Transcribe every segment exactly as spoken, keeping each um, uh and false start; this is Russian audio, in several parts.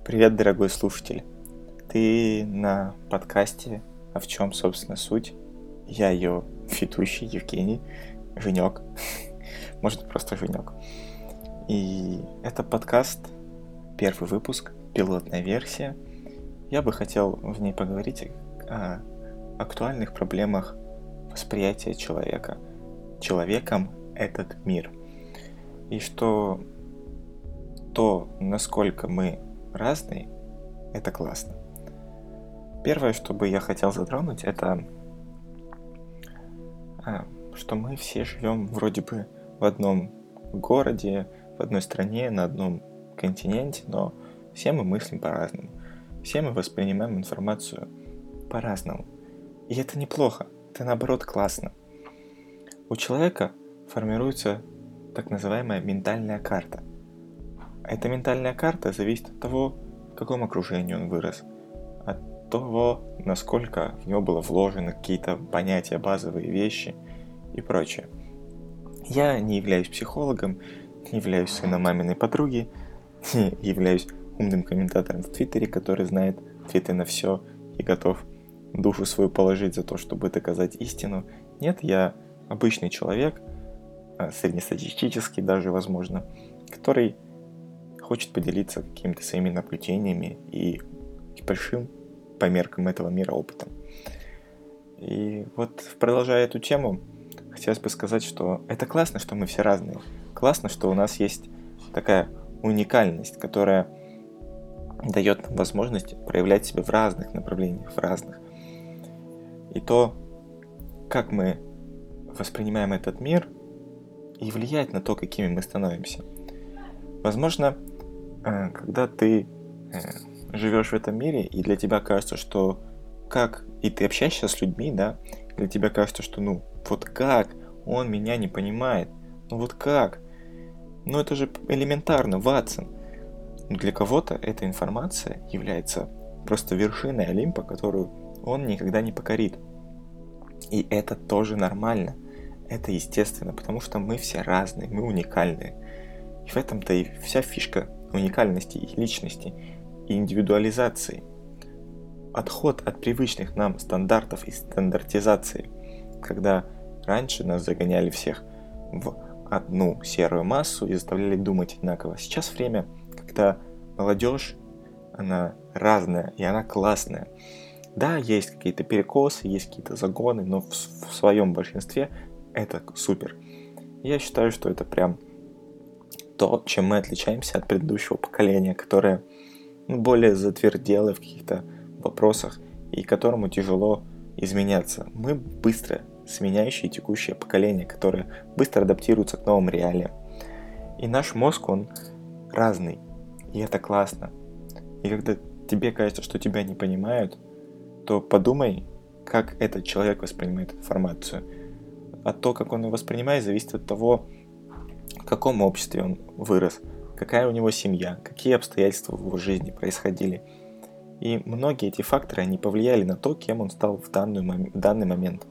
Привет, дорогой слушатель. Ты на подкасте «А в чем, собственно, суть?». Я ее ведущий Евгений, Женек. Может, просто Женек. И это подкаст, первый выпуск, пилотная версия. Я бы хотел в ней поговорить о актуальных проблемах восприятия человека. Человеком этот мир. И что то, насколько мы разные, это классно. Первое, что бы я хотел затронуть, это что мы все живем вроде бы в одном городе, в одной стране, на одном континенте, но все мы мыслим по-разному. Все мы воспринимаем информацию по-разному. И это неплохо, это наоборот классно. У человека формируется так называемая ментальная карта. Эта ментальная карта зависит от того, в каком окружении он вырос, от того, насколько в него было вложено какие-то понятия, базовые вещи и прочее. Я не являюсь психологом, не являюсь сыном маминой подруги, не являюсь умным комментатором в Твиттере, который знает ответы на все и готов душу свою положить за то, чтобы доказать истину. Нет, я обычный человек, среднестатистический даже, возможно, который хочет поделиться какими-то своими наблюдениями и большим по меркам этого мира опытом. И вот, продолжая эту тему, хотелось бы сказать, что это классно, что мы все разные. Классно, что у нас есть такая уникальность, которая дает нам возможность проявлять себя в разных направлениях, в разных. И то, как мы воспринимаем этот мир, и влияет на то, какими мы становимся. Возможно, когда ты живешь в этом мире, и для тебя кажется, что как, и ты общаешься с людьми, да, для тебя кажется, что ну, вот как, он меня не понимает, ну вот как, ну это же элементарно, Ватсон. Но для кого-то эта информация является просто вершиной Олимпа, которую он никогда не покорит. И это тоже нормально, это естественно, потому что мы все разные, мы уникальные. И в этом-то и вся фишка уникальности и личности, и индивидуализации. Отход от привычных нам стандартов и стандартизации, когда раньше нас загоняли всех в одну серую массу и заставляли думать одинаково. Сейчас время, когда молодежь, она разная и она классная. Да, есть какие-то перекосы, есть какие-то загоны, но в, в своем большинстве это супер. Я считаю, что это прям то, чем мы отличаемся от предыдущего поколения, которое ну, более затвердело в каких-то вопросах и которому тяжело изменяться. Мы быстро сменяющее текущее поколение, которое быстро адаптируется к новым реалиям. И наш мозг, он разный, и это классно. И когда тебе кажется, что тебя не понимают, то подумай, как этот человек воспринимает информацию. А то, как он ее воспринимает, зависит от того, в каком обществе он вырос, какая у него семья, какие обстоятельства в его жизни происходили. И многие эти факторы, они повлияли на то, кем он стал в данный, в данный момент.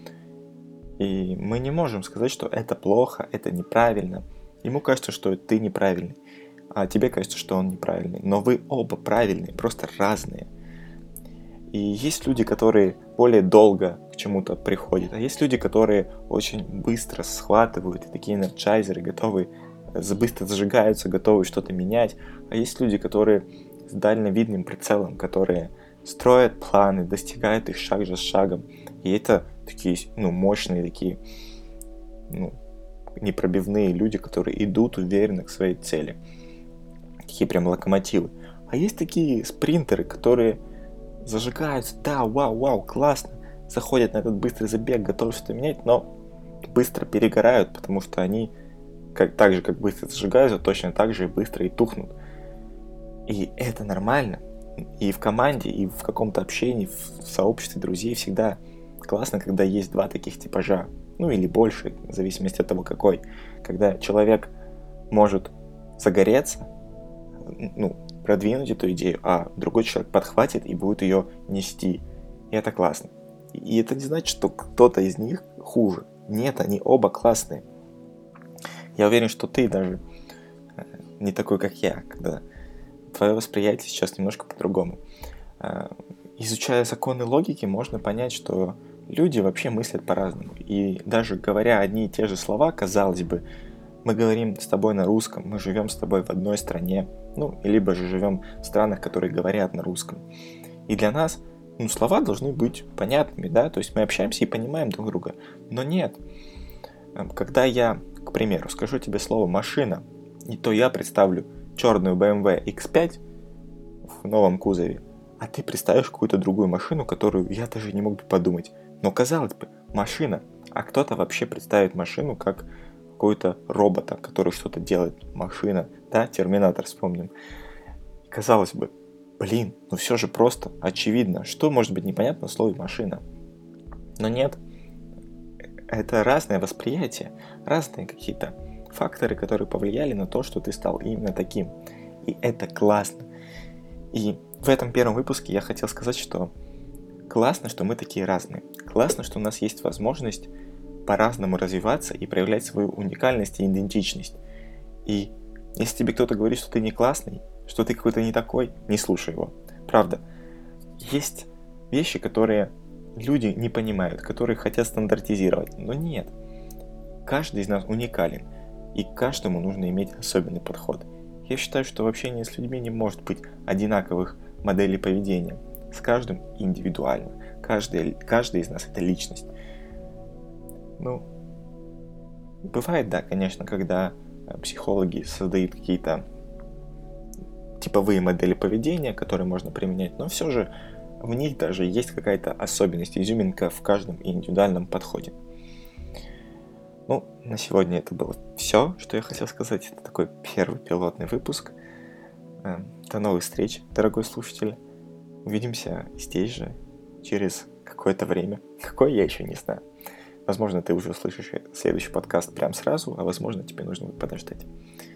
И мы не можем сказать, что это плохо, это неправильно. Ему кажется, что ты неправильный, а тебе кажется, что он неправильный. Но вы оба правильные, просто разные. И есть люди, которые более долго к чему-то приходят, а есть люди, которые очень быстро схватывают, и такие энерджайзеры, готовы, быстро зажигаются, готовы что-то менять. А есть люди, которые с дальновидным прицелом, которые строят планы, достигают их шаг за шагом. И это такие, ну, мощные, такие, ну, непробивные люди, которые идут уверенно к своей цели. Такие прям локомотивы. А есть такие спринтеры, которые зажигаются, да, вау, вау, классно, заходят на этот быстрый забег, готовы что-то менять, но быстро перегорают, потому что они как, так же, как быстро зажигаются, точно так же и быстро и тухнут. И это нормально. И в команде, и в каком-то общении, в сообществе друзей всегда классно, когда есть два таких типажа, ну или больше, в зависимости от того, какой. Когда человек может загореться, ну, продвинуть эту идею, а другой человек подхватит и будет ее нести. И это классно. И это не значит, что кто-то из них хуже. Нет, они оба классные. Я уверен, что ты даже не такой, как я, когда твое восприятие сейчас немножко по-другому. Изучая законы логики, можно понять, что люди вообще мыслят по-разному. И даже говоря одни и те же слова, казалось бы, мы говорим с тобой на русском, мы живем с тобой в одной стране, ну, либо же живем в странах, которые говорят на русском. И для нас, ну, слова должны быть понятными, да, то есть мы общаемся и понимаем друг друга. Но нет. Когда я, к примеру, скажу тебе слово «машина», и то я представлю черную бэ эм вэ икс пять в новом кузове, а ты представишь какую-то другую машину, которую я даже не мог бы подумать. Но казалось бы, машина, а кто-то вообще представит машину как какого-то робота, который что-то делает. Машина, да, Терминатор вспомним. Казалось бы, блин, ну все же просто, очевидно. Что может быть непонятно в слове «машина»? Но нет. Это разное восприятие, разные какие-то факторы, которые повлияли на то, что ты стал именно таким. И это классно. И в этом первом выпуске я хотел сказать, что классно, что мы такие разные. Классно, что у нас есть возможность по-разному развиваться и проявлять свою уникальность и идентичность. И если тебе кто-то говорит, что ты не классный, что ты какой-то не такой, не слушай его. Правда. Есть вещи, которые люди не понимают, которые хотят стандартизировать. Но нет. Каждый из нас уникален. И каждому нужно иметь особенный подход. Я считаю, что в общении с людьми не может быть одинаковых моделей поведения. С каждым индивидуально. Каждый, каждый из нас это личность. Ну, бывает, да, конечно, когда психологи создают какие-то типовые модели поведения, которые можно применять, но все же в них даже есть какая-то особенность, изюминка в каждом индивидуальном подходе. Ну, на сегодня это было все, что я хотел сказать. Это такой первый пилотный выпуск. До новых встреч, дорогой слушатель. Увидимся здесь же через какое-то время. Какое, я еще не знаю. Возможно, ты уже услышишь следующий подкаст прямо сразу, а возможно, тебе нужно будет подождать.